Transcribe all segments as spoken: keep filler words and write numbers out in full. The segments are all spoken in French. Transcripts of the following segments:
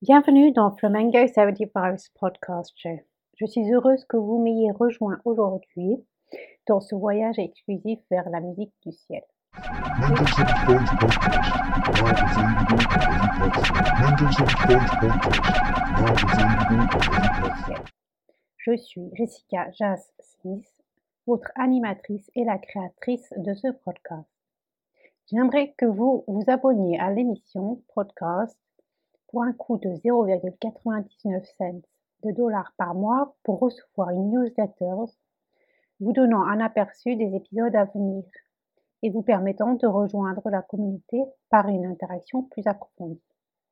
Bienvenue dans Flamingo soixante-quinze Podcast Show. Je suis heureuse que vous m'ayez rejoint aujourd'hui dans ce voyage exclusif vers la musique du ciel. Mango soixante-quinze Podcast. Mango soixante-quinze Podcast. Je suis Jessica Jas Smith, votre animatrice et la créatrice de ce podcast. J'aimerais que vous vous abonniez à l'émission podcast pour un coût de zéro virgule quatre-vingt-dix-neuf cents de dollars par mois pour recevoir une newsletter vous donnant un aperçu des épisodes à venir et vous permettant de rejoindre la communauté par une interaction plus approfondie.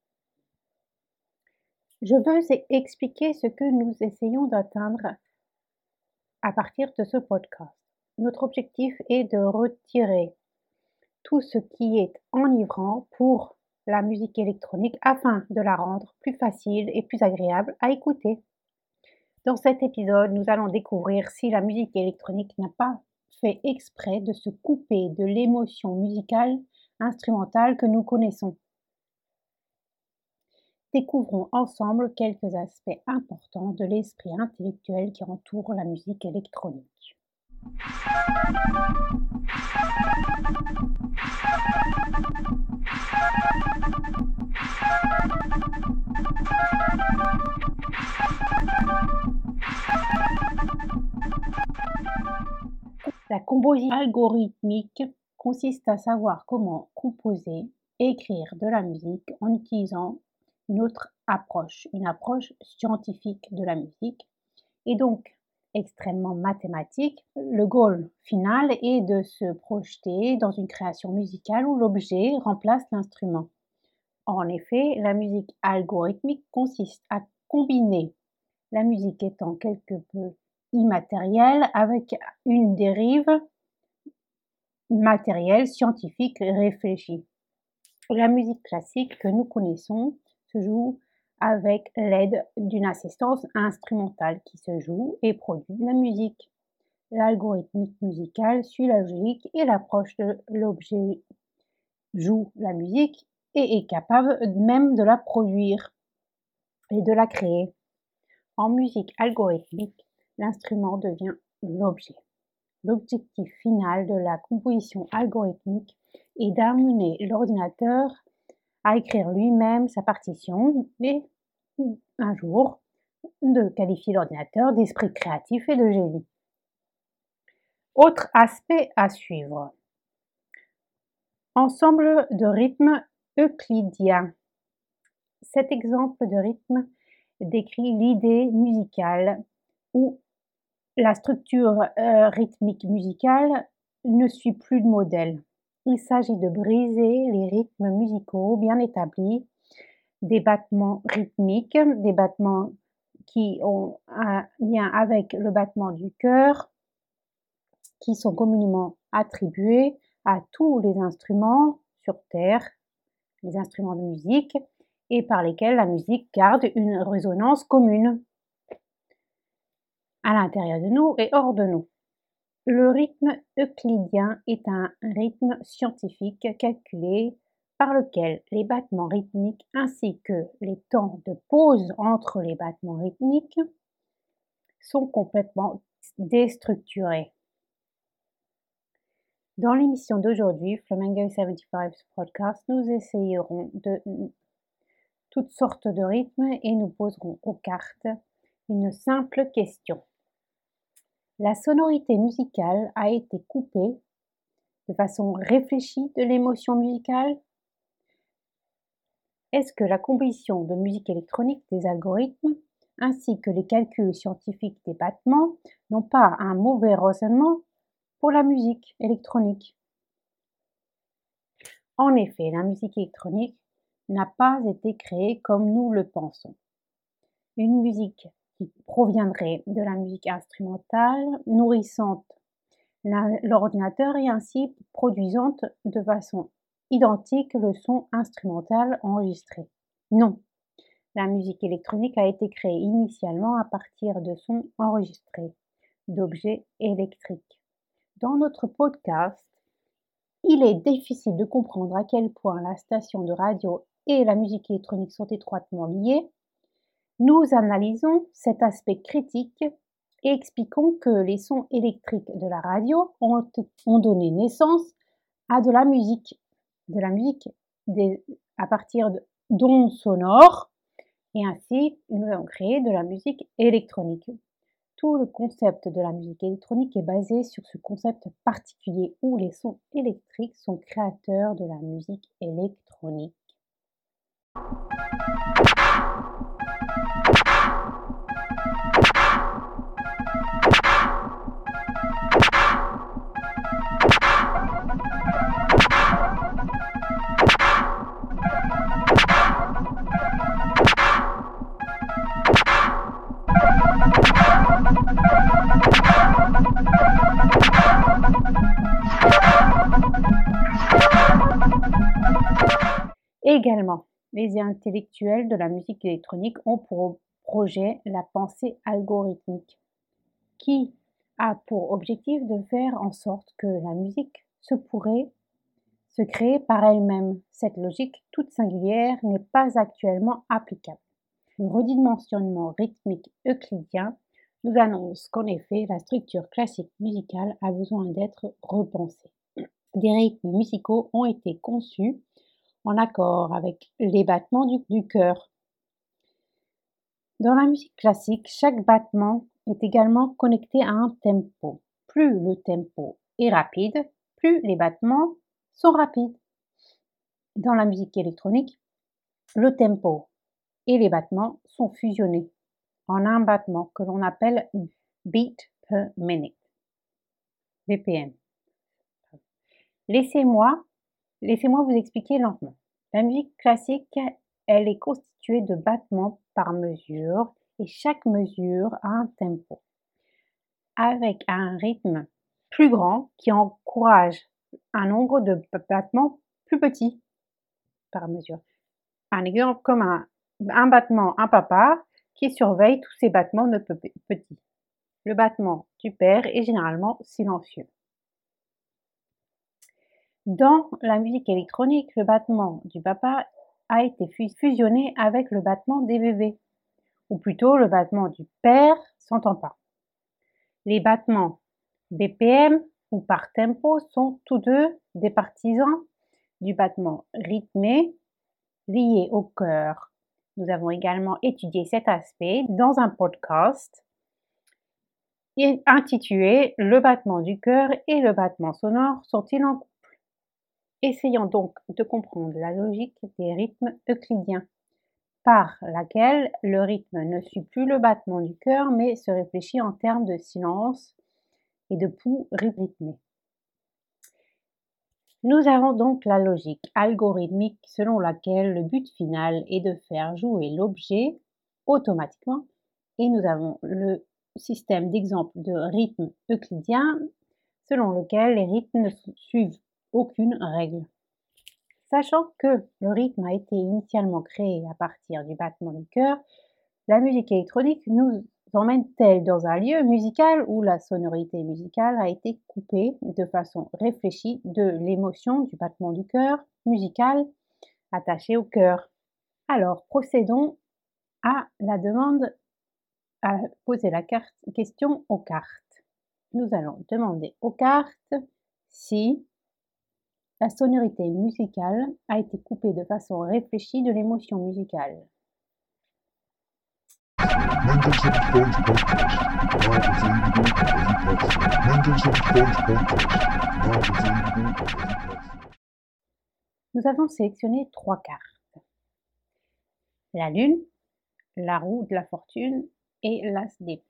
Je veux expliquer ce que nous essayons d'atteindre à partir de ce podcast. Notre objectif est de retirer tout ce qui est enivrant pour la musique électronique afin de la rendre plus facile et plus agréable à écouter. Dans cet épisode, nous allons découvrir si la musique électronique n'a pas fait exprès de se couper de l'émotion musicale instrumentale que nous connaissons. Découvrons ensemble quelques aspects importants de l'esprit intellectuel qui entoure la musique électronique. La composition algorithmique consiste à savoir comment composer et écrire de la musique en utilisant une autre approche, une approche scientifique de la musique, et donc extrêmement mathématique. Le goal final est de se projeter dans une création musicale où l'objet remplace l'instrument. En effet, la musique algorithmique consiste à combiner la musique étant quelque peu immatérielle avec une dérive matérielle, scientifique réfléchie. La musique classique que nous connaissons se joue avec l'aide d'une assistance instrumentale qui se joue et produit de la musique. L'algorithmique musicale suit la logique et l'approche de l'objet joue la musique et est capable même de la produire et de la créer. En musique algorithmique, l'instrument devient l'objet. L'objectif final de la composition algorithmique est d'amener l'ordinateur à écrire lui-même sa partition et un jour de qualifier l'ordinateur d'esprit créatif et de génie. Autre aspect à suivre. Ensemble de rythmes euclidiens. Cet exemple de rythme décrit l'idée musicale où la structure euh, rythmique musicale ne suit plus de modèle. Il s'agit de briser les rythmes musicaux bien établis, des battements rythmiques, des battements qui ont un lien avec le battement du cœur, qui sont communément attribués à tous les instruments sur Terre, les instruments de musique, et par lesquels la musique garde une résonance commune à l'intérieur de nous et hors de nous. Le rythme euclidien est un rythme scientifique calculé par lequel les battements rythmiques ainsi que les temps de pause entre les battements rythmiques sont complètement déstructurés. Dans l'émission d'aujourd'hui, Flamingo soixante-quinze Podcast, nous essayerons de toutes sortes de rythmes et nous poserons aux cartes une simple question. La sonorité musicale a été coupée de façon réfléchie de l'émotion musicale? Est-ce que la composition de musique électronique des algorithmes ainsi que les calculs scientifiques des battements n'ont pas un mauvais raisonnement pour la musique électronique? En effet, la musique électronique n'a pas été créée comme nous le pensons. Une musique qui proviendrait de la musique instrumentale, nourrissante l'ordinateur et ainsi produisante de façon identique le son instrumental enregistré. Non, la musique électronique a été créée initialement à partir de sons enregistrés, d'objets électriques. Dans notre podcast, il est difficile de comprendre à quel point la station de radio et la musique électronique sont étroitement liées, nous analysons cet aspect critique et expliquons que les sons électriques de la radio ont, ont donné naissance à de la musique, de la musique des, à partir de, d'ondes sonores, et ainsi nous avons créé de la musique électronique. Tout le concept de la musique électronique est basé sur ce concept particulier où les sons électriques sont créateurs de la musique électronique. Également, les intellectuels de la musique électronique ont pour projet la pensée algorithmique, qui a pour objectif de faire en sorte que la musique se pourrait se créer par elle-même. Cette logique toute singulière n'est pas actuellement applicable. Le redimensionnement rythmique euclidien nous annonce qu'en effet, la structure classique musicale a besoin d'être repensée. Des rythmes musicaux ont été conçus en accord avec les battements du, du cœur. Dans la musique classique, chaque battement est également connecté à un tempo. Plus le tempo est rapide, plus les battements sont rapides. Dans la musique électronique, le tempo et les battements sont fusionnés en un battement que l'on appelle beat per minute, B P M. Laissez-moi Laissez-moi vous expliquer lentement. La musique classique, elle est constituée de battements par mesure et chaque mesure a un tempo avec un rythme plus grand qui encourage un nombre de battements plus petits par mesure. Un exemple comme un, un battement, un papa qui surveille tous ces battements de petits. Le battement du père est généralement silencieux. Dans la musique électronique, le battement du papa a été fusionné avec le battement des bébés, ou plutôt le battement du père s'entend pas. Les battements B P M ou par tempo sont tous deux des partisans du battement rythmé lié au cœur. Nous avons également étudié cet aspect dans un podcast intitulé « Le battement du cœur et le battement sonore sont-ils en couple ?» Essayons donc de comprendre la logique des rythmes euclidiens, par laquelle le rythme ne suit plus le battement du cœur, mais se réfléchit en termes de silence et de pouls rythmés. Nous avons donc la logique algorithmique selon laquelle le but final est de faire jouer l'objet automatiquement, et nous avons le système d'exemple de rythme euclidien selon lequel les rythmes ne suivent aucune règle. Sachant que le rythme a été initialement créé à partir du battement du cœur, la musique électronique nous emmène-t-elle dans un lieu musical où la sonorité musicale a été coupée de façon réfléchie de l'émotion du battement du cœur musical attaché au cœur? Alors, procédons à la demande à poser la carte, question aux cartes. Nous allons demander aux cartes si la sonorité musicale a été coupée de façon réfléchie de l'émotion musicale. Mendelssohn Phones Podcast. Now available on every platform. Mendelssohn Phones Podcast. Now available on every platform. Nous avons sélectionné trois cartes. La lune, la roue de la fortune et l'as d'épée.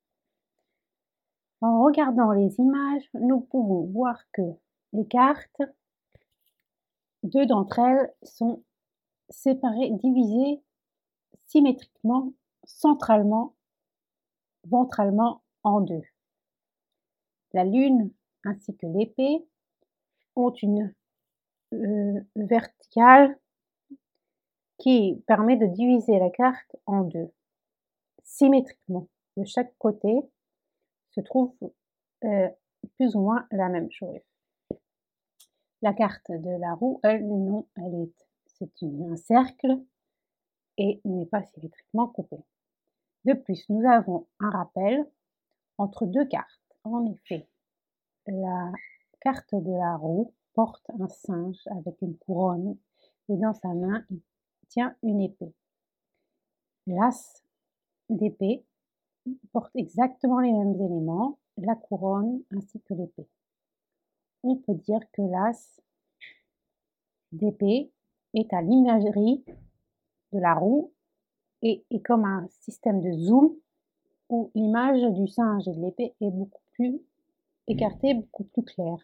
En regardant les images, nous pouvons voir que les cartes, deux d'entre elles sont séparées, divisées symétriquement, centralement, ventralement en deux. La lune ainsi que l'épée ont une euh, verticale qui permet de diviser la carte en deux, symétriquement. De chaque côté se trouve euh, plus ou moins la même chose. La carte de la roue, elle, non, elle est c'est une- un cercle et n'est pas symétriquement coupé. De plus, nous avons un rappel entre deux cartes. En effet, la carte de la roue porte un singe avec une couronne et dans sa main, il tient une épée. L'as d'épée porte exactement les mêmes éléments, la couronne ainsi que l'épée. On peut dire que l'as d'épée est à l'imagerie de la roue et est comme un système de zoom où l'image du singe et de l'épée est beaucoup plus écartée, beaucoup plus claire.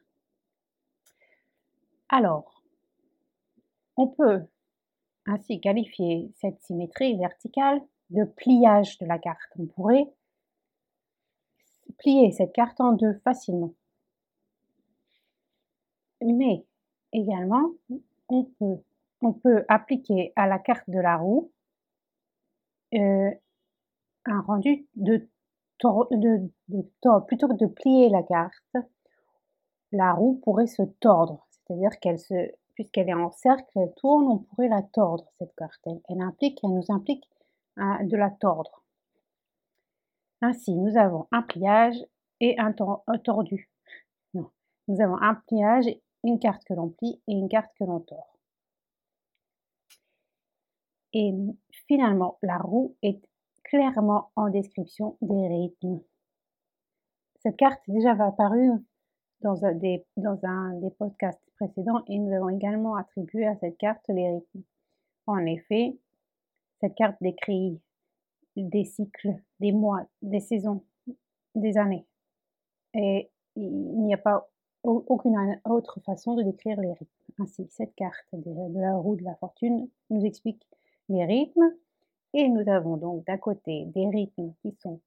Alors, on peut ainsi qualifier cette symétrie verticale de pliage de la carte. On pourrait plier cette carte en deux facilement. Mais également, on peut, on peut appliquer à la carte de la roue euh, un rendu de, tor de, de tordre. Plutôt que de plier la carte, la roue pourrait se tordre, c'est-à-dire qu'elle se, puisqu'elle est en cercle, elle tourne, on pourrait la tordre, cette carte. Elle, elle implique, elle nous implique hein, de la tordre. Ainsi, nous avons un pliage et un, tor un tordu. Non, nous avons un pliage, une carte que l'on plie et une carte que l'on tord. Et finalement, la roue est clairement en description des rythmes. Cette carte est déjà apparue dans un, des, dans un des podcasts précédents et nous avons également attribué à cette carte les rythmes. En effet, cette carte décrit des cycles, des mois, des saisons, des années. Et il n'y a pas aucune autre façon de décrire les rythmes. Ainsi, cette carte de, de la roue de la fortune nous explique les rythmes et nous avons donc d'un côté des rythmes qui sont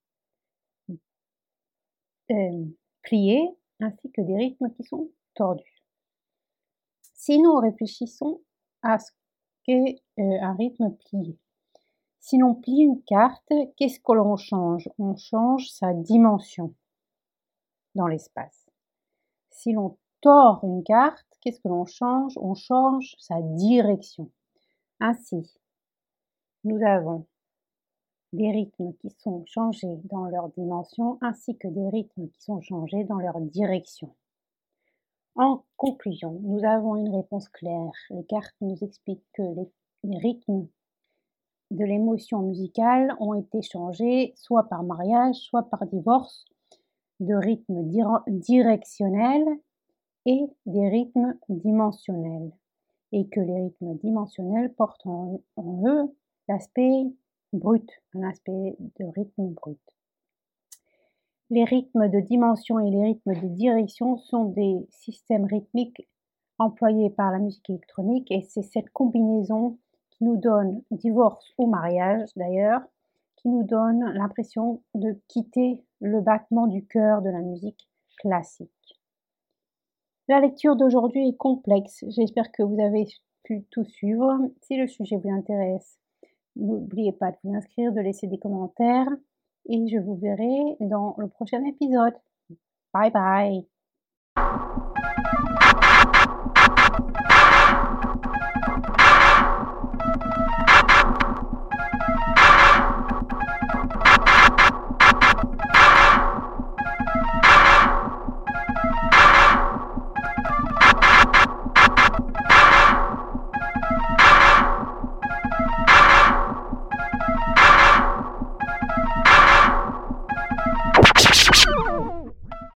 euh, pliés ainsi que des rythmes qui sont tordus. Si nous réfléchissons à ce qu'est euh, un rythme plié, si l'on plie une carte, qu'est-ce que l'on change? On change sa dimension dans l'espace. Si l'on tord une carte, qu'est-ce que l'on change? On change sa direction. Ainsi, nous avons des rythmes qui sont changés dans leur dimension ainsi que des rythmes qui sont changés dans leur direction. En conclusion, nous avons une réponse claire. Les cartes nous expliquent que les, les rythmes de l'émotion musicale ont été changés soit par mariage, soit par divorce, de rythmes dir- directionnels et des rythmes dimensionnels, et que les rythmes dimensionnels portent en, en eux l'aspect brut, un aspect de rythme brut. Les rythmes de dimension et les rythmes de direction sont des systèmes rythmiques employés par la musique électronique et c'est cette combinaison qui nous donne, divorce ou mariage d'ailleurs, qui nous donne l'impression de quitter le battement du cœur de la musique classique. La lecture d'aujourd'hui est complexe, j'espère que vous avez pu tout suivre. Si le sujet vous intéresse, n'oubliez pas de vous inscrire, de laisser des commentaires et je vous verrai dans le prochain épisode. Bye bye!